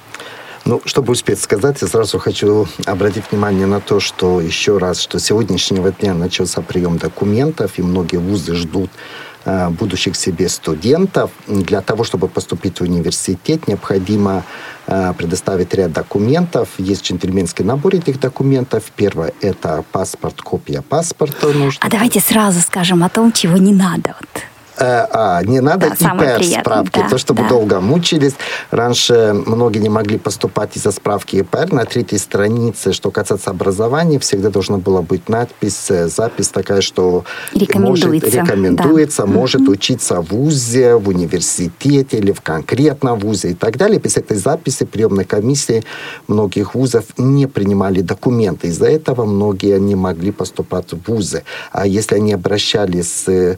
Ну, чтобы успеть сказать, я сразу хочу обратить внимание на то, что еще раз, что с сегодняшнего дня начался прием документов, и многие вузы ждут будущих себе студентов. Для того, чтобы поступить в университет, необходимо предоставить ряд документов. Есть джентльменский набор этих документов. Первое – это паспорт, копия паспорта. Нужно. А давайте сразу скажем о том, чего не надо. Вот. А, не надо да, и ИПР-справки, да, то, чтобы да. долго мучились. Раньше многие не могли поступать из-за справки ИПР. На третьей странице, что касается образования, всегда должна была быть надпись, запись такая, что рекомендуется, может, рекомендуется, да. может mm-hmm. учиться в вузе, в университете или в конкретном вузе и так далее. Без этой записи приемной комиссии многих вузов не принимали документы. Из-за этого многие не могли поступать в вузы. А если они обращались э,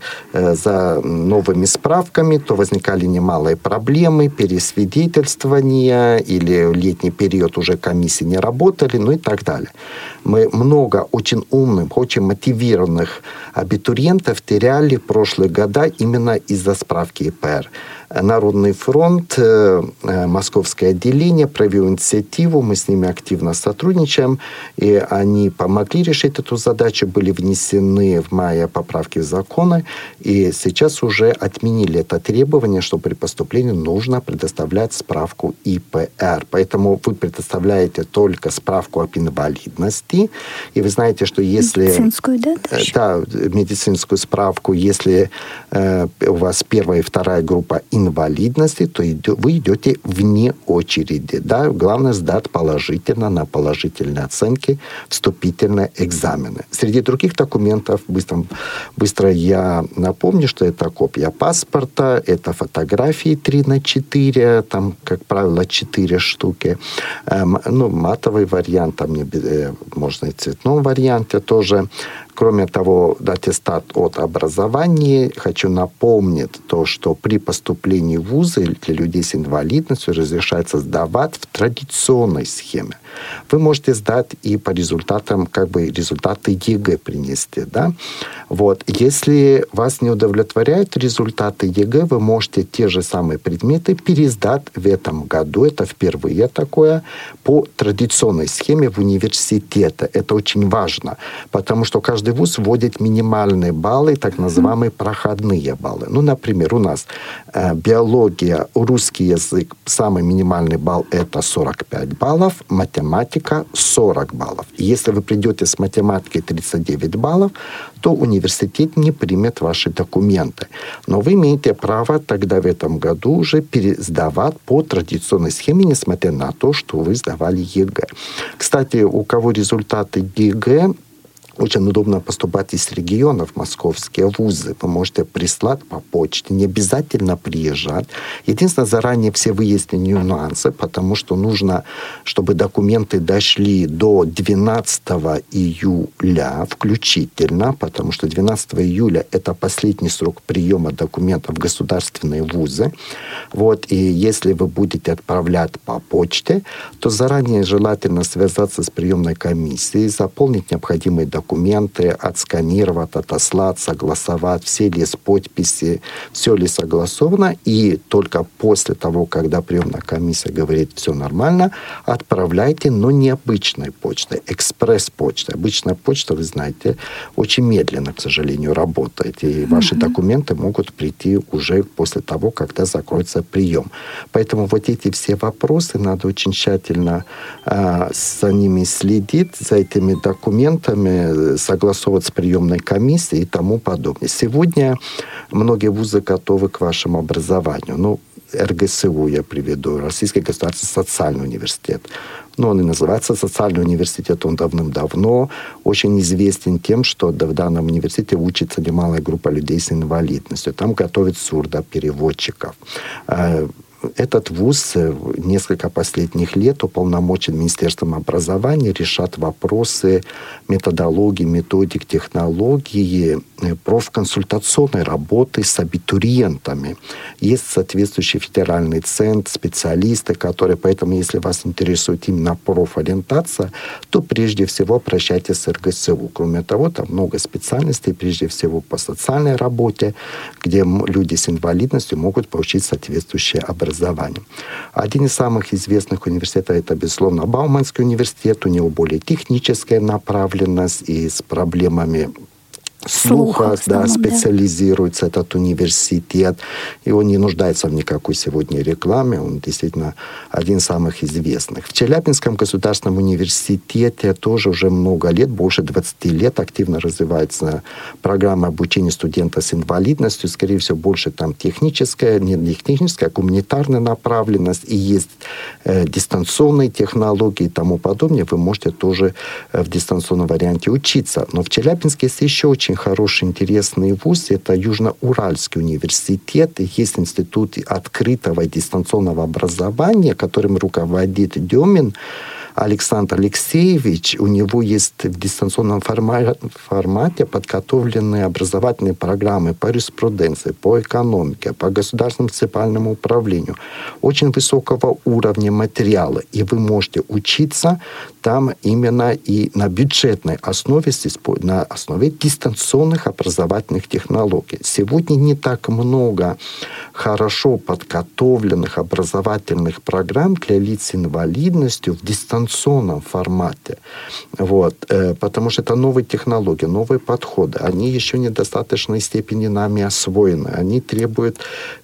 за новыми справками, то возникали немалые проблемы, пересвидетельствования или летний период уже комиссии не работали, ну и так далее. Мы много очень умных, очень мотивированных абитуриентов теряли в прошлые года именно из-за справки ИПР. Народный фронт, московское отделение провел инициативу, мы с ними активно сотрудничаем, и они помогли решить эту задачу, были внесены в мае поправки в законы, и сейчас уже отменили это требование, что при поступлении нужно предоставлять справку ИПР. Поэтому вы предоставляете только справку об инвалидности, и вы знаете, что если... Медицинскую, да? Да, медицинскую справку, если э, у вас первая и вторая группа инвалидности, то вы идете вне очереди. Да? Главное сдать положительно, на положительные оценки вступительные экзамены. Среди других документов, быстро, быстро я напомню, что это копия паспорта, это фотографии три на четыре, там, как правило, четыре штуки. Эм, ну, матовый вариант, там не, э, можно и в цветном варианте тоже. Кроме того, аттестат от образования. Хочу напомнить то, что при поступлении в вузы для людей с инвалидностью разрешается сдавать в традиционной схеме. Вы можете сдать и по результатам, как бы результаты ЕГЭ принести. Да? Вот. Если вас не удовлетворяют результаты ЕГЭ, вы можете те же самые предметы пересдать в этом году. Это впервые такое по традиционной схеме в университете. Это очень важно, потому что каждый каждый вуз вводит минимальные баллы, так называемые проходные баллы. Ну, например, у нас э, биология, русский язык, самый минимальный балл это сорок пять баллов, математика сорок баллов. Если вы придете с математикой тридцать девять баллов, то университет не примет ваши документы. Но вы имеете право тогда в этом году уже пересдавать по традиционной схеме, несмотря на то, что вы сдавали ЕГЭ. Кстати, у кого результаты ЕГЭ, очень удобно поступать из регионов, московские вузы. Вы можете прислать по почте, не обязательно приезжать. Единственное, заранее все выяснены нюансы, потому что нужно, чтобы документы дошли до двенадцатого июля включительно, потому что двенадцатого июля это последний срок приема документов в государственные вузы. Вот, и если вы будете отправлять по почте, то заранее желательно связаться с приемной комиссией, заполнить необходимые документы, документы, отсканировать, отослать, согласовать, все ли с подписи, все ли согласовано, и только после того, когда приемная комиссия говорит, все нормально, отправляйте, но не обычной почтой, экспресс-почтой. Обычная почта, вы знаете, очень медленно, к сожалению, работает, и ваши mm-hmm. документы могут прийти уже после того, когда закроется прием. Поэтому вот эти все вопросы надо очень тщательно э, за ними следить, за этими документами, согласовывать с приемной комиссией и тому подобное. Сегодня многие вузы готовы к вашему образованию. Ну, эр гэ эс у я приведу, Российский государственный социальный университет. Ну, он и называется социальный университет, он давным-давно очень известен тем, что в данном университете учится немалая группа людей с инвалидностью. Там готовят сурдопереводчиков. Этот вуз несколько последних лет уполномочен Министерством образования решать вопросы методологии, методик, технологии, профконсультационной работы с абитуриентами. Есть соответствующий федеральный центр, специалисты, которые, поэтому, если вас интересует именно профориентация, то прежде всего обращайтесь с эр гэ эс у. Кроме того, там много специальностей, прежде всего по социальной работе, где люди с инвалидностью могут получить соответствующее образование. Один из самых известных университетов это, безусловно, Бауманский университет. У него более техническая направленность и с проблемами слуха, да, специализируется да. этот университет. И он не нуждается в никакой сегодня рекламе. Он действительно один из самых известных. В Челябинском государственном университете тоже уже много лет, больше двадцати лет активно развивается программа обучения студентов с инвалидностью. Скорее всего, больше там техническая, не техническая, а гуманитарная направленность. И есть э, дистанционные технологии и тому подобное. Вы можете тоже э, в дистанционном варианте учиться. Но в Челябинске есть еще очень хороший, интересный вуз. Это Южноуральский университет. И есть институт открытого и дистанционного образования, которым руководит Демин Александр Алексеевич. У него есть в дистанционном формате подготовленные образовательные программы по юриспруденции, по экономике, по государственному муниципальному управлению. Очень высокого уровня материала. И вы можете учиться там именно и на бюджетной основе, на основе дистанционных образовательных технологий. Сегодня не так много хорошо подготовленных образовательных программ для лиц с инвалидностью в дистанционном формате. Вот. Потому что это новые технологии, новые подходы. Они еще не в достаточной степени нами освоены. Они требуют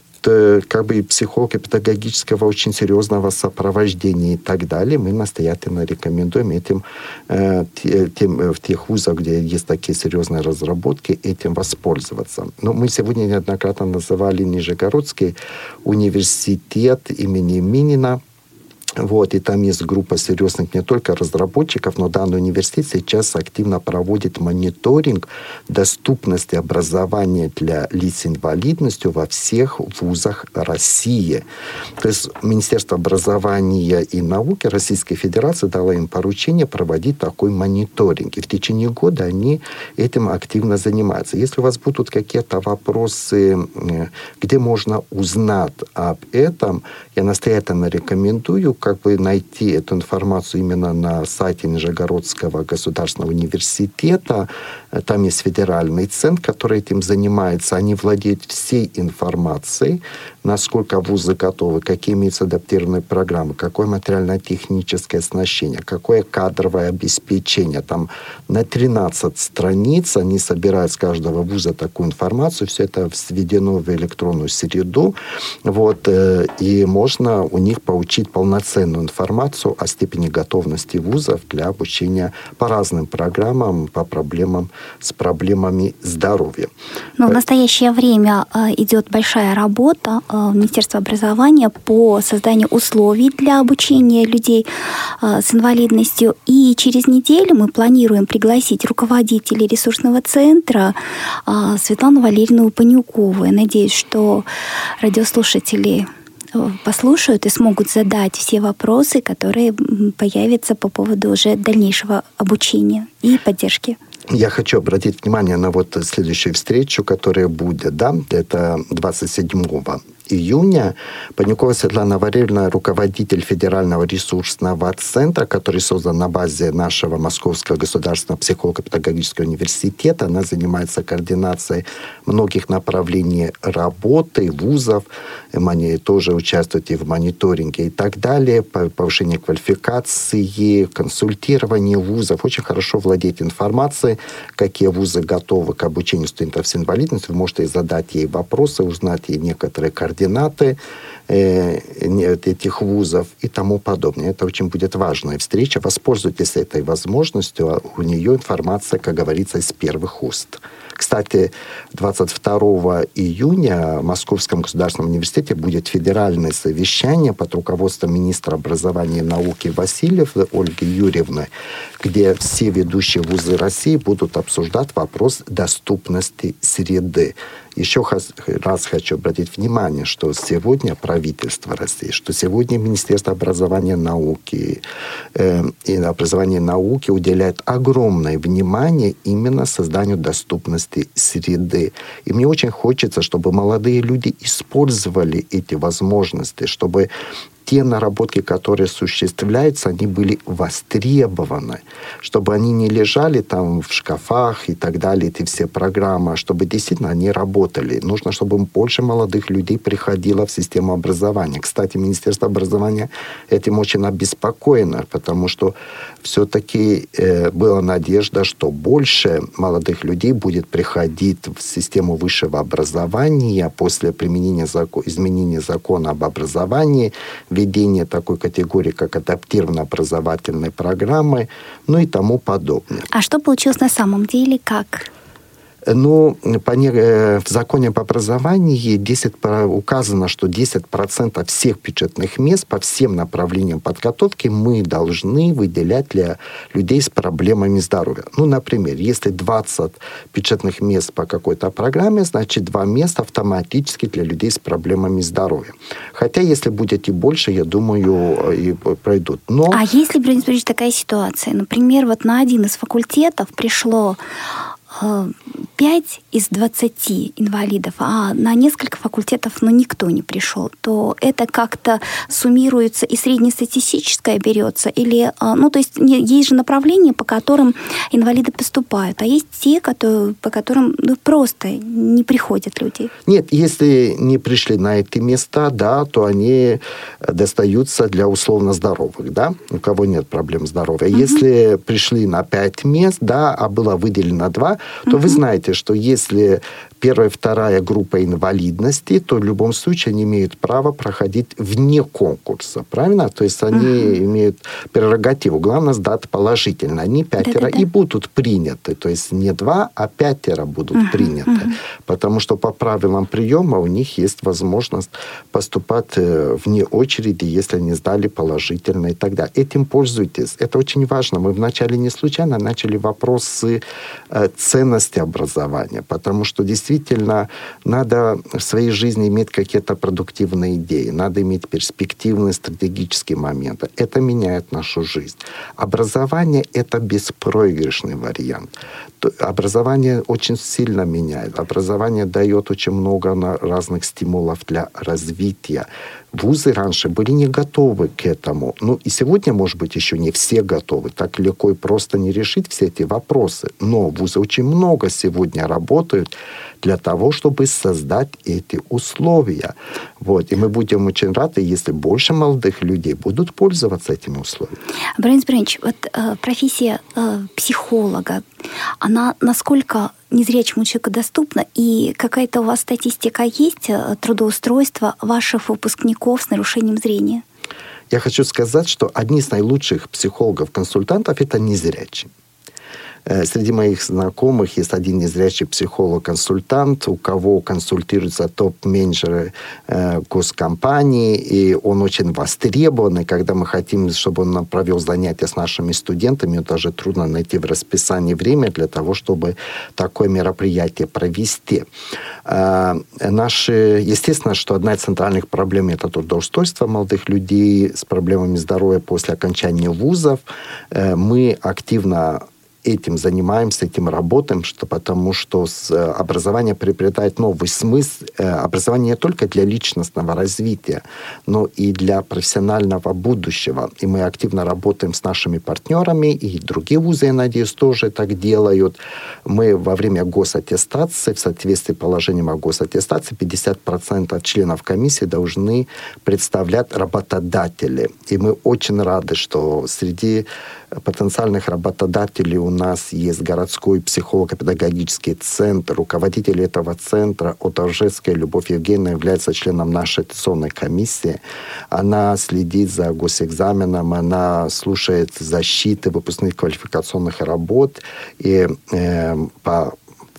как бы психолого-педагогического очень серьезного сопровождения и так далее. Мы настоятельно рекомендуем этим, э, тем, в тех вузах, где есть такие серьезные разработки, этим воспользоваться. Но мы сегодня неоднократно называли Нижегородский университет имени Минина. Вот, и там есть группа серьезных не только разработчиков, но данный университет сейчас активно проводит мониторинг доступности образования для лиц с инвалидностью во всех вузах России. То есть Министерство образования и науки Российской Федерации дало им поручение проводить такой мониторинг. И в течение года они этим активно занимаются. Если у вас будут какие-то вопросы, где можно узнать об этом, я настоятельно рекомендую, как бы найти эту информацию именно на сайте Нижегородского государственного университета. Там есть федеральный центр, который этим занимается. Они владеют всей информацией, насколько вузы готовы, какие имеются адаптированные программы, какое материально-техническое оснащение, какое кадровое обеспечение. Там на тринадцать страниц они собирают с каждого вуза такую информацию. Все это сведено в электронную среду. Вот, и можно у них получить полноценную информацию о степени готовности вузов для обучения по разным программам, по проблемам с проблемами здоровья. Но в настоящее время идет большая работа Министерства образования по созданию условий для обучения людей с инвалидностью. И через неделю мы планируем пригласить руководителей ресурсного центра Светлану Валерьевну Панюкову. Я надеюсь, что радиослушатели послушают и смогут задать все вопросы, которые появятся по поводу уже дальнейшего обучения и поддержки. Я хочу обратить внимание на вот следующую встречу, которая будет, да, это двадцать седьмого июня. Панюкова Светлана Валерьевна, руководитель Федерального ресурсного центра, который создан на базе нашего Московского государственного психолого-педагогического университета. Она занимается координацией многих направлений работы вузов. Они тоже участвуют и в мониторинге и так далее, повышение квалификации, консультирование вузов. Очень хорошо владеет информацией, какие вузы готовы к обучению студентов с инвалидностью. Вы можете задать ей вопросы, узнать ей некоторые координаты э, этих вузов и тому подобное. Это очень будет важная встреча. Воспользуйтесь этой возможностью. У нее информация, как говорится, из первых уст. Кстати, двадцать второго июня в Московском государственном университете будет федеральное совещание под руководством министра образования и науки Васильевой Ольги Юрьевны, где все ведущие вузы России будут обсуждать вопрос доступности среды. Еще раз хочу обратить внимание, что сегодня правительство России, что сегодня Министерство образования и науки э, и образования и науки уделяет огромное внимание именно созданию доступности среды. И мне очень хочется, чтобы молодые люди использовали эти возможности, чтобы те наработки, которые осуществляются, они были востребованы, чтобы они не лежали там в шкафах и так далее, эти все программы, а чтобы действительно они работали. Нужно, чтобы больше молодых людей приходило в систему образования. Кстати, Министерство образования этим очень обеспокоено, потому что все-таки э, была надежда, что больше молодых людей будет приходить в систему высшего образования после применения закон, изменения закона об образовании, введение такой категории, как адаптированные образовательные программы, ну и тому подобное. А что получилось на самом деле, как? Ну, в законе об образовании десять, указано, что десять процентов всех бюджетных мест по всем направлениям подготовки мы должны выделять для людей с проблемами здоровья. Ну, например, если двадцать бюджетных мест по какой-то программе, значит, два места автоматически для людей с проблемами здоровья. Хотя, если будет и больше, я думаю, и пройдут. Но... А если, например, такая ситуация, например, вот на один из факультетов пришло пять из двадцати инвалидов, а на несколько факультетов ну, никто не пришел, то это как-то суммируется и среднестатистическое берется? Или, ну, то есть есть же направления, по которым инвалиды поступают, а есть те, которые, по которым ну, просто не приходят люди? Нет, если не пришли на эти места, да, то они достаются для условно здоровых, да, у кого нет проблем здоровья. Угу. Если пришли на пять мест, да, а было выделено два, то угу. вы знаете, что если первая и вторая группа инвалидности, то в любом случае они имеют право проходить вне конкурса, правильно? То есть они uh-huh. имеют прерогативу. Главное, сдать положительно. Они пятеро Да-да-да. и будут приняты. То есть не два, а пятеро будут uh-huh. приняты. Uh-huh. Потому что по правилам приема у них есть возможность поступать вне очереди, если они сдали положительно и так далее. Этим пользуйтесь. Это очень важно. Мы вначале не случайно начали вопросы цен ценности образования, потому что действительно надо в своей жизни иметь какие-то продуктивные идеи, надо иметь перспективные стратегические моменты. Это меняет нашу жизнь. Образование – это беспроигрышный вариант. Образование очень сильно меняет. Образование дает очень много разных стимулов для развития. Вузы раньше были не готовы к этому. Ну, и сегодня, может быть, еще не все готовы. Так легко и просто не решить все эти вопросы. Но вузы очень много сегодня работают для того, чтобы создать эти условия. Вот. И мы будем очень рады, если больше молодых людей будут пользоваться этими условиями. Борис Бронич, вот э, профессия э, психолога, она насколько незрячему человеку доступна? И какая-то у вас статистика есть трудоустройства ваших выпускников с нарушением зрения? Я хочу сказать, что одни из наилучших психологов-консультантов – это незрячие. Среди моих знакомых есть один незрячий психолог-консультант, у кого консультируются топ-менеджеры э, госкомпании, и он очень востребован. И когда мы хотим, чтобы он провел занятия с нашими студентами, даже трудно найти в расписании время для того, чтобы такое мероприятие провести. Э, наши, естественно, что одна из центральных проблем – это трудоустройство молодых людей с проблемами здоровья после окончания вузов. Э, мы активно этим занимаемся, этим работаем, что, потому что образование приобретает новый смысл. Образование не только для личностного развития, но и для профессионального будущего. И мы активно работаем с нашими партнерами, и другие вузы, я надеюсь, тоже так делают. Мы во время госаттестации, в соответствии с положением о госаттестации, пятьдесят процентов членов комиссии должны представлять работодатели. И мы очень рады, что среди потенциальных работодателей у нас есть городской психолого-педагогический центр. Руководитель этого центра Отожецкая Любовь Евгеньевна является членом нашей аттестационной комиссии. Она следит за госэкзаменом, она слушает защиты выпускных квалификационных работ. И э, по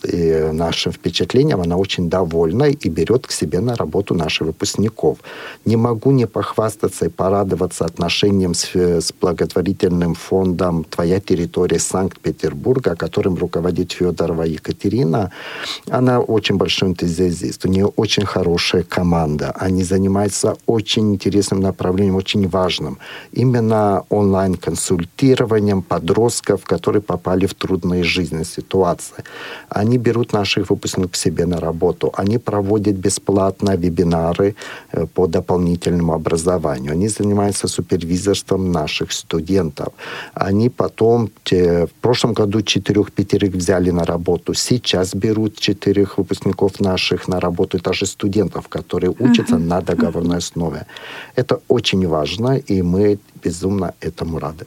И нашим впечатлением она очень довольна и берет к себе на работу наших выпускников. Не могу не похвастаться и порадоваться отношением с, с благотворительным фондом «Твоя территория» Санкт-Петербурга, которым руководит Федорова Екатерина. Она очень большой энтузиаст, у нее очень хорошая команда. Они занимаются очень интересным направлением, очень важным. Именно онлайн-консультированием подростков, которые попали в трудные жизненные ситуации. Они берут наших выпускников к себе на работу. Они проводят бесплатно вебинары по дополнительному образованию. Они занимаются супервизорством наших студентов. Они потом, в прошлом году четырех-пятерых взяли на работу. Сейчас берут четырех выпускников наших на работу, даже студентов, которые учатся uh-huh. на договорной основе. Это очень важно, и мы безумно этому рады.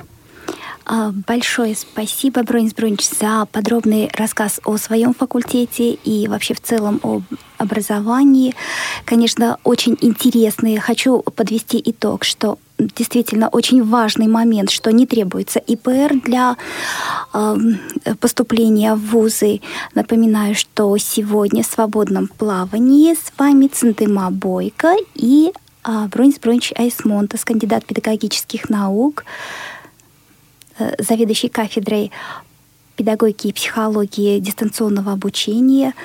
Большое спасибо, Бронис Бронич, за подробный рассказ о своем факультете и вообще в целом об образовании. Конечно, очень интересный. Хочу подвести итог, что действительно очень важный момент, что не требуется И П Р для э, поступления в вузы. Напоминаю, что сегодня в свободном плавании с вами Центыма Бойко и э, Бронис Бронич Айсмонтес, кандидат педагогических наук, заведующий кафедрой педагогики и психологии дистанционного обучения,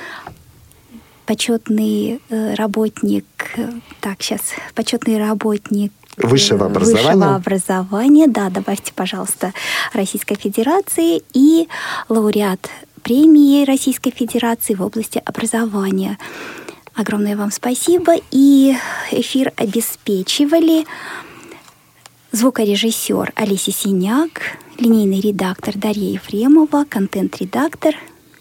почетный работник, так, сейчас, почетный работник высшего образования. Высшего образования, да, добавьте, пожалуйста, Российской Федерации и лауреат премии Российской Федерации в области образования. Огромное вам спасибо. И эфир обеспечивали звукорежиссер Олеся Синяк, линейный редактор Дарья Ефремова, контент-редактор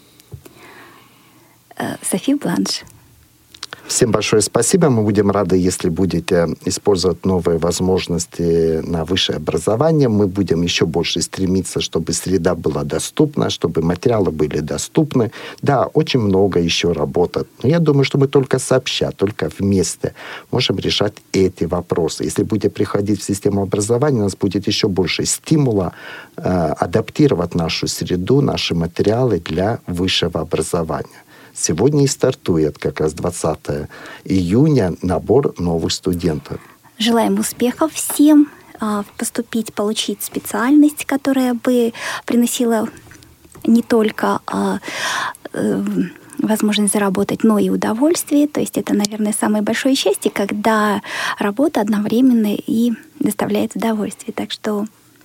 э, Софи Бланш. Всем большое спасибо. Мы будем рады, если будете использовать новые возможности на высшее образование. Мы будем еще больше стремиться, чтобы среда была доступна, чтобы материалы были доступны. Да, очень много еще работы. Но я думаю, что мы только сообща, только вместе можем решать эти вопросы. Если будете приходить в систему образования, у нас будет еще больше стимула э, адаптировать нашу среду, наши материалы для высшего образования. Сегодня и стартует как раз двадцатого июня набор новых студентов. Желаем успехов всем, поступить, получить специальность, которая бы приносила не только а, э, возможность заработать, но и удовольствие. То есть это, наверное, самое большое счастье, когда работа одновременно и доставляет удовольствие. Так что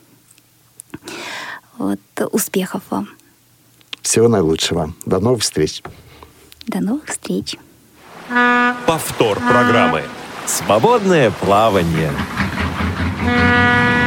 вот, успехов вам. Всего наилучшего. До новых встреч. До новых встреч. Повтор программы «Свободное плавание».